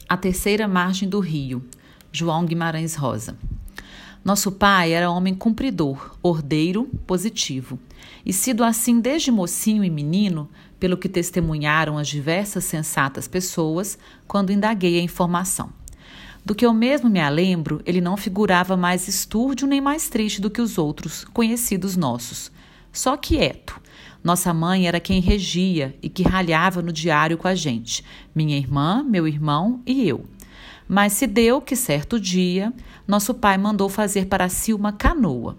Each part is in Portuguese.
A terceira margem do rio, João Guimarães Rosa. Nosso pai era homem cumpridor, ordeiro, positivo, e sido assim desde mocinho e menino, pelo que testemunharam as diversas sensatas pessoas quando indaguei a informação. Do que eu mesmo me lembro, ele não figurava mais estúrdio nem mais triste do que os outros, conhecidos nossos. Só quieto. Nossa mãe era quem regia e que ralhava no diário com a gente, minha irmã, meu irmão e eu. Mas se deu que certo dia, nosso pai mandou fazer para si uma canoa.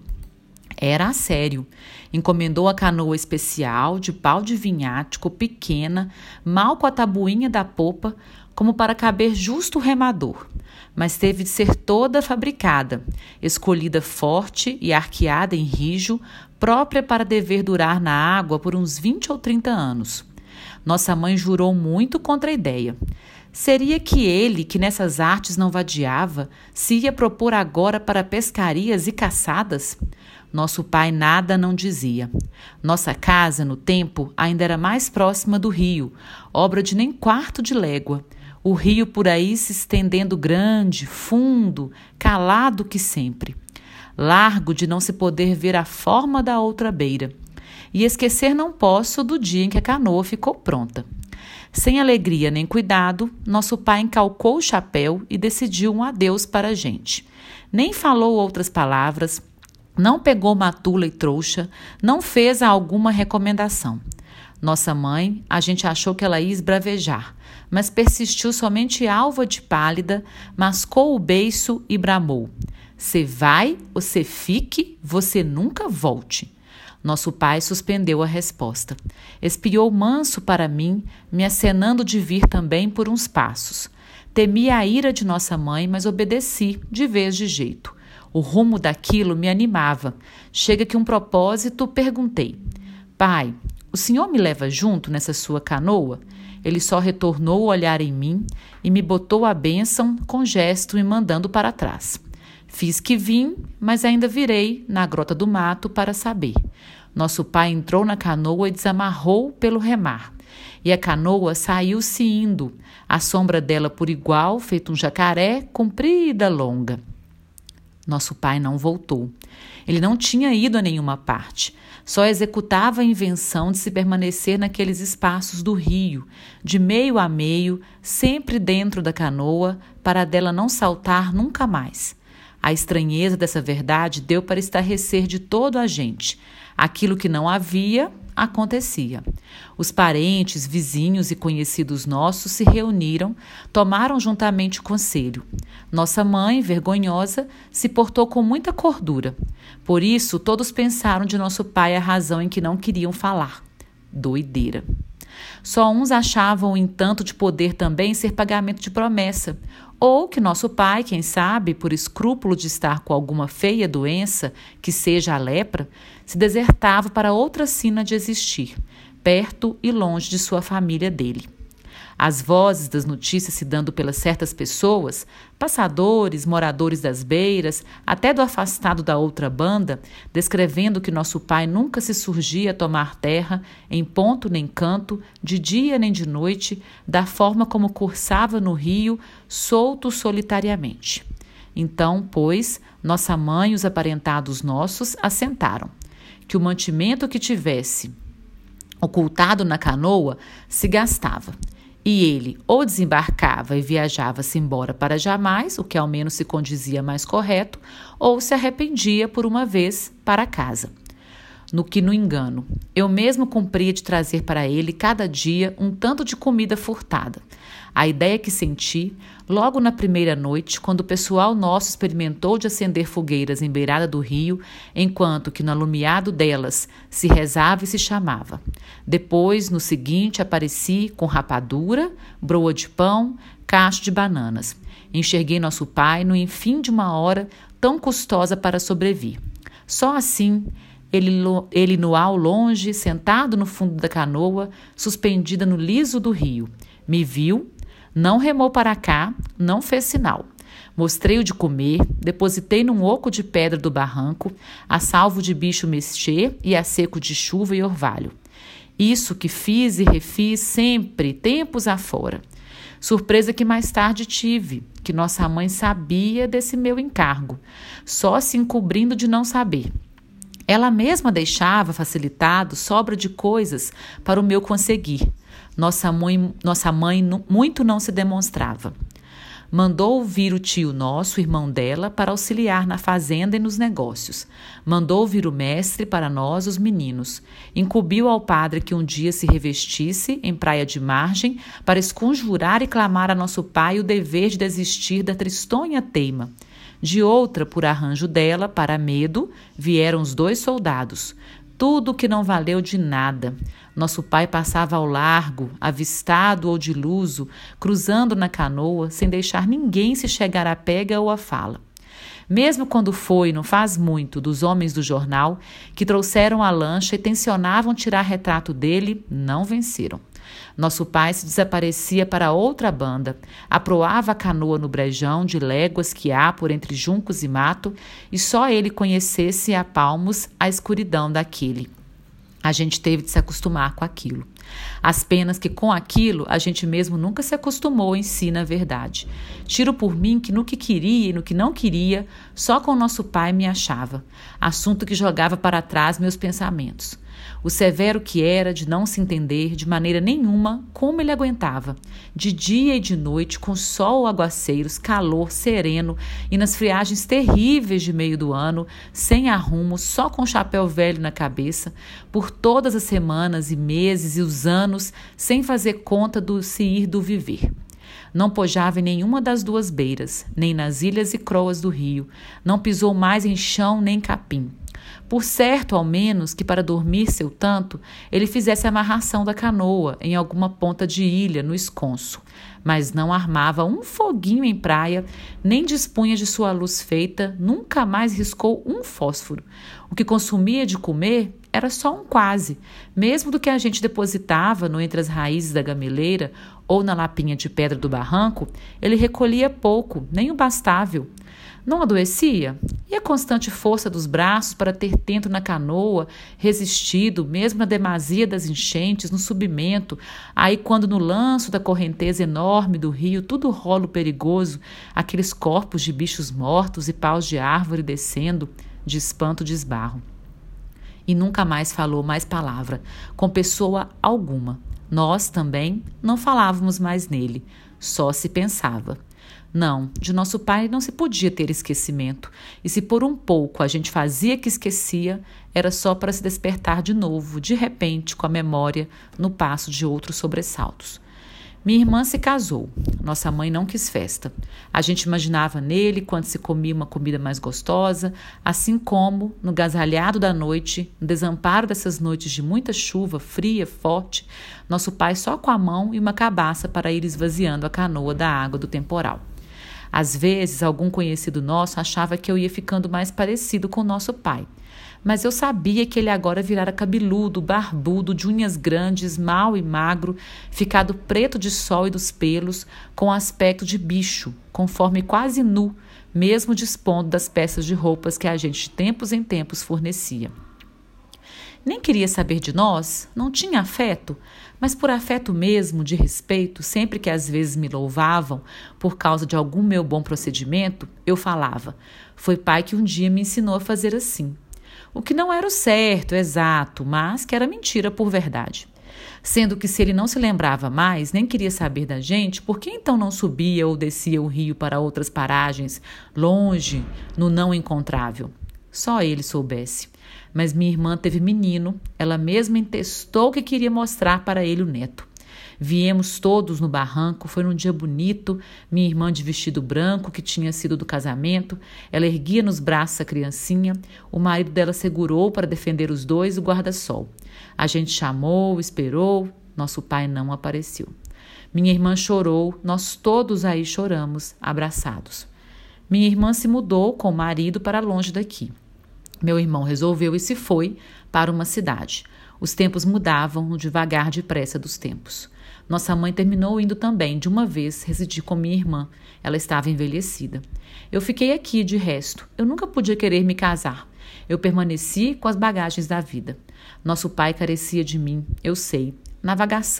Era a sério. Encomendou a canoa especial, de pau de vinhático, pequena, mal com a tabuinha da popa, como para caber justo o remador. Mas teve de ser toda fabricada, escolhida forte e arqueada em rijo, própria para dever durar na água por uns 20 ou 30 anos. Nossa mãe jurou muito contra a ideia. Seria que ele, que nessas artes não vadiava, se ia propor agora para pescarias e caçadas? Nosso pai nada não dizia. Nossa casa, no tempo, ainda era mais próxima do rio, obra de nem quarto de légua. O rio por aí se estendendo grande, fundo, calado que sempre. Largo de não se poder ver a forma da outra beira. E esquecer não posso do dia em que a canoa ficou pronta. Sem alegria nem cuidado, nosso pai encalcou o chapéu e decidiu um adeus para a gente. Nem falou outras palavras, não pegou matula e trouxa, não fez alguma recomendação. Nossa mãe, a gente achou que ela ia esbravejar, mas persistiu somente alva de pálida, mascou o beiço e bramou. Cê vai, ou cê fique, você nunca volte. Nosso pai suspendeu a resposta. Espiou manso para mim, me acenando de vir também por uns passos. Temi a ira de nossa mãe, mas obedeci, de vez de jeito. O rumo daquilo me animava. Chega que um propósito, perguntei. Pai, o senhor me leva junto nessa sua canoa? Ele só retornou o olhar em mim e me botou a bênção com gesto me mandando para trás. Fiz que vim, mas ainda virei na grota do mato para saber. Nosso pai entrou na canoa e desamarrou pelo remar. E a canoa saiu-se indo, a sombra dela por igual, feito um jacaré, comprida, longa. Nosso pai não voltou. Ele não tinha ido a nenhuma parte. Só executava a invenção de se permanecer naqueles espaços do rio, de meio a meio, sempre dentro da canoa, para dela não saltar nunca mais. A estranheza dessa verdade deu para estarrecer de todo a gente. Aquilo que não havia, acontecia. Os parentes, vizinhos e conhecidos nossos se reuniram, tomaram juntamente conselho. Nossa mãe, vergonhosa, se portou com muita cordura. Por isso, todos pensaram de nosso pai a razão em que não queriam falar. Doideira. Só uns achavam o entanto de poder também ser pagamento de promessa, ou que nosso pai, quem sabe, por escrúpulo de estar com alguma feia doença, que seja a lepra, se desertava para outra sina de existir, perto e longe de sua família dele. As vozes das notícias se dando pelas certas pessoas, passadores, moradores das beiras, até do afastado da outra banda, descrevendo que nosso pai nunca se surgia a tomar terra, em ponto nem canto, de dia nem de noite, da forma como cursava no rio, solto solitariamente. Então, pois, nossa mãe e os aparentados nossos assentaram, que o mantimento que tivesse ocultado na canoa se gastava. E ele ou desembarcava e viajava-se embora para jamais, o que ao menos se condizia mais correto, ou se arrependia por uma vez para casa. No que no engano, eu mesmo cumpria de trazer para ele cada dia um tanto de comida furtada. A ideia que senti, logo na primeira noite, quando o pessoal nosso experimentou de acender fogueiras em beirada do rio, enquanto que no alumiado delas se rezava e se chamava. Depois, no seguinte, apareci com rapadura, broa de pão, cacho de bananas. Enxerguei nosso pai no enfim de uma hora tão custosa para sobrevir. Só assim, ele no ao longe, sentado no fundo da canoa, suspendida no liso do rio. Me viu, não remou para cá, não fez sinal. Mostrei-o de comer, depositei num oco de pedra do barranco, a salvo de bicho mexer e a seco de chuva e orvalho. Isso que fiz e refiz sempre, tempos afora. Surpresa que mais tarde tive, que nossa mãe sabia desse meu encargo, só se encobrindo de não saber. Ela mesma deixava facilitado sobra de coisas para o meu conseguir. Nossa mãe muito não se demonstrava. Mandou vir o tio nosso, irmão dela, para auxiliar na fazenda e nos negócios. Mandou vir o mestre para nós, os meninos. Incumbiu ao padre que um dia se revestisse em praia de margem para esconjurar e clamar a nosso pai o dever de desistir da tristonha teima. De outra, por arranjo dela, para medo, vieram os 2 soldados. Tudo que não valeu de nada. Nosso pai passava ao largo, avistado ou de luso, cruzando na canoa, sem deixar ninguém se chegar à pega ou à fala. Mesmo quando foi, não faz muito, dos homens do jornal, que trouxeram a lancha e tencionavam tirar retrato dele, não venceram. Nosso pai se desaparecia para outra banda, aproava a canoa no brejão de léguas que há por entre juncos e mato, e só ele conhecesse a palmos a escuridão daquele. A gente teve de se acostumar com aquilo. As penas que com aquilo a gente mesmo nunca se acostumou em si, na verdade. Tiro por mim que no que queria e no que não queria, só com nosso pai me achava. Assunto que jogava para trás meus pensamentos. O severo que era de não se entender de maneira nenhuma como ele aguentava. De dia e de noite, com sol ou aguaceiros, calor, sereno e nas friagens terríveis de meio do ano, sem arrumo, só com chapéu velho na cabeça, por todas as semanas e meses e os anos, sem fazer conta do se ir do viver. Não pojava em nenhuma das 2 beiras, nem nas ilhas e croas do rio. Não pisou mais em chão nem capim. Por certo, ao menos, que para dormir seu tanto, ele fizesse a amarração da canoa em alguma ponta de ilha, no esconso. Mas não armava um foguinho em praia, nem dispunha de sua luz feita, nunca mais riscou um fósforo. O que consumia de comer era só um quase, mesmo do que a gente depositava no entre as raízes da gameleira ou na lapinha de pedra do barranco, ele recolhia pouco, nem o bastável. Não adoecia? E a constante força dos braços para ter tento na canoa, resistido, mesmo na demasia das enchentes, no subimento, aí quando no lanço da correnteza enorme do rio, tudo rolo perigoso, aqueles corpos de bichos mortos e paus de árvore descendo, de espanto de esbarro. E nunca mais falou mais palavra, com pessoa alguma. Nós também não falávamos mais nele, só se pensava. Não, de nosso pai não se podia ter esquecimento, e se por um pouco a gente fazia que esquecia, era só para se despertar de novo, de repente, com a memória, no passo de outros sobressaltos. Minha irmã se casou. Nossa mãe não quis festa. A gente imaginava nele quando se comia uma comida mais gostosa, assim como, no gasalhado da noite, no desamparo dessas noites de muita chuva, fria, forte, nosso pai só com a mão e uma cabaça para ir esvaziando a canoa da água do temporal. Às vezes, algum conhecido nosso achava que eu ia ficando mais parecido com nosso pai. Mas eu sabia que ele agora virara cabeludo, barbudo, de unhas grandes, mau e magro, ficado preto de sol e dos pelos, com aspecto de bicho, conforme quase nu, mesmo dispondo das peças de roupas que a gente de tempos em tempos fornecia. Nem queria saber de nós, não tinha afeto, mas por afeto mesmo, de respeito, sempre que às vezes me louvavam por causa de algum meu bom procedimento, eu falava: foi pai que um dia me ensinou a fazer assim. O que não era o certo, exato, mas que era mentira por verdade. Sendo que se ele não se lembrava mais, nem queria saber da gente, por que então não subia ou descia o rio para outras paragens, longe, no não encontrável? Só ele soubesse. Mas minha irmã teve menino, ela mesma entestou que queria mostrar para ele o neto. Viemos todos no barranco, foi num dia bonito, minha irmã de vestido branco, que tinha sido do casamento, ela erguia nos braços a criancinha, o marido dela segurou para defender os dois o guarda-sol. A gente chamou, esperou, nosso pai não apareceu. Minha irmã chorou, nós todos aí choramos, abraçados. Minha irmã se mudou com o marido para longe daqui. Meu irmão resolveu e se foi para uma cidade. Os tempos mudavam no devagar depressa dos tempos. Nossa mãe terminou indo também, de uma vez, residir com minha irmã. Ela estava envelhecida. Eu fiquei aqui, de resto. Eu nunca podia querer me casar. Eu permaneci com as bagagens da vida. Nosso pai carecia de mim, eu sei. Na vagação,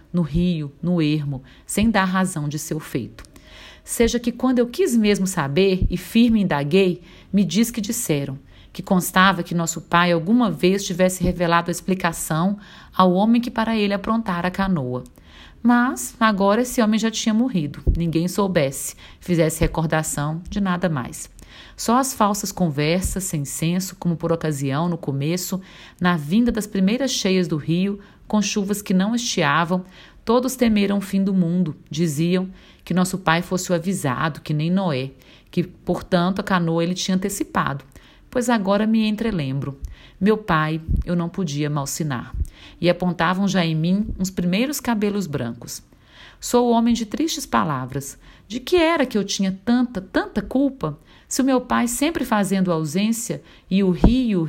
no rio, no ermo, sem dar razão de seu feito. Seja que quando eu quis mesmo saber e firme indaguei, me diz que disseram, que constava que nosso pai alguma vez tivesse revelado a explicação ao homem que para ele aprontara a canoa. Mas agora esse homem já tinha morrido, ninguém soubesse, fizesse recordação de nada mais. Só as falsas conversas, sem senso, como por ocasião, no começo, na vinda das primeiras cheias do rio, com chuvas que não estiavam, todos temeram o fim do mundo, diziam que nosso pai fosse o avisado, que nem Noé, que, portanto, a canoa ele tinha antecipado. Pois agora me entrelembro. Meu pai, eu não podia malsinar. E apontavam já em mim uns primeiros cabelos brancos. Sou homem de tristes palavras. De que era que eu tinha tanta culpa? Se o meu pai sempre fazendo ausência e o rio,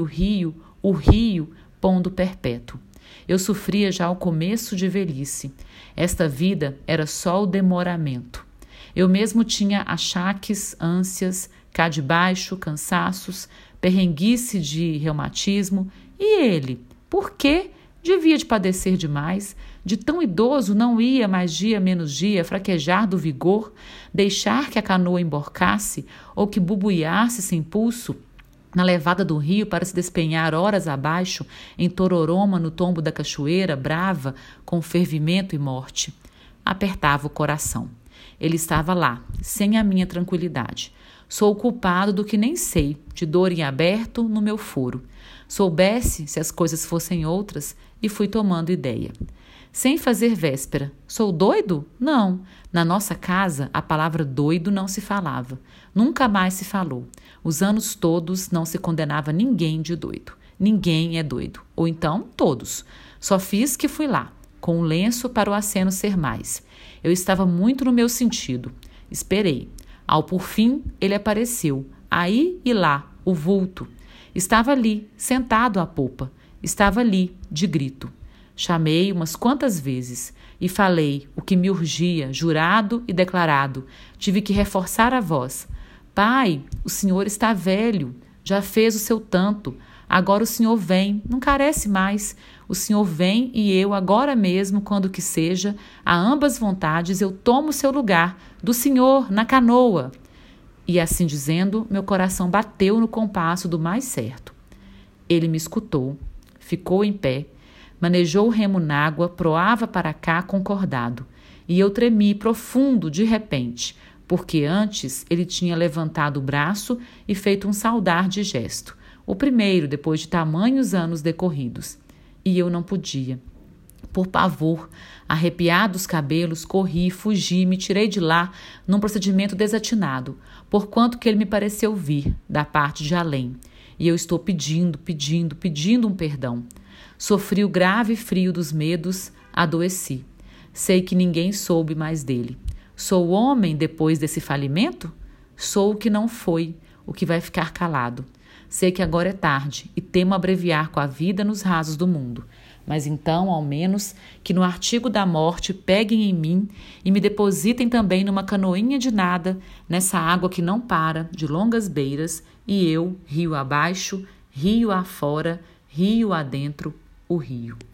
pondo perpétuo. Eu sofria já o começo de velhice. Esta vida era só o demoramento. Eu mesmo tinha achaques, ânsias, cá de baixo, cansaços, perrenguice de reumatismo. E ele? Por quê? Devia de padecer demais. De tão idoso não ia mais dia menos dia fraquejar do vigor, deixar que a canoa emborcasse ou que bubuiasse sem pulso na levada do rio para se despenhar horas abaixo em Tororoma no tombo da cachoeira brava com fervimento e morte. Apertava o coração. Ele estava lá, sem a minha tranquilidade. Sou o culpado do que nem sei, de dor em aberto no meu foro. Soubesse se as coisas fossem outras e fui tomando ideia. Sem fazer véspera. Sou doido? Não. Na nossa casa, a palavra doido não se falava. Nunca mais se falou. Os anos todos não se condenava ninguém de doido. Ninguém é doido. Ou então, todos. Só fiz que fui lá, com um lenço para o aceno ser mais. Eu estava muito no meu sentido. Esperei. Ao por fim, ele apareceu. Aí e lá, o vulto. Estava ali, sentado à popa. Estava ali, de grito. Chamei umas quantas vezes e falei o que me urgia, jurado e declarado. Tive que reforçar a voz. Pai, o senhor está velho, já fez o seu tanto. Agora o senhor vem, não carece mais. O senhor vem e eu, agora mesmo, quando que seja, a ambas vontades, eu tomo seu lugar, do senhor, na canoa. E assim dizendo, meu coração bateu no compasso do mais certo. Ele me escutou, ficou em pé, manejou o remo n'água, proava para cá concordado. E eu tremi profundo de repente, porque antes ele tinha levantado o braço e feito um saudar de gesto. O primeiro, depois de tamanhos anos decorridos. E eu não podia. Por pavor, arrepiado os cabelos, corri, fugi, me tirei de lá num procedimento desatinado, porquanto que ele me pareceu vir, da parte de além. E eu estou pedindo um perdão. Sofri o grave frio dos medos, adoeci. Sei que ninguém soube mais dele. Sou homem depois desse falimento? Sou o que não foi, o que vai ficar calado. Sei que agora é tarde e temo abreviar com a vida nos rasos do mundo. Mas então, ao menos, que no artigo da morte peguem em mim e me depositem também numa canoinha de nada, nessa água que não para, de longas beiras, e eu, rio abaixo, rio afora, rio adentro, o rio.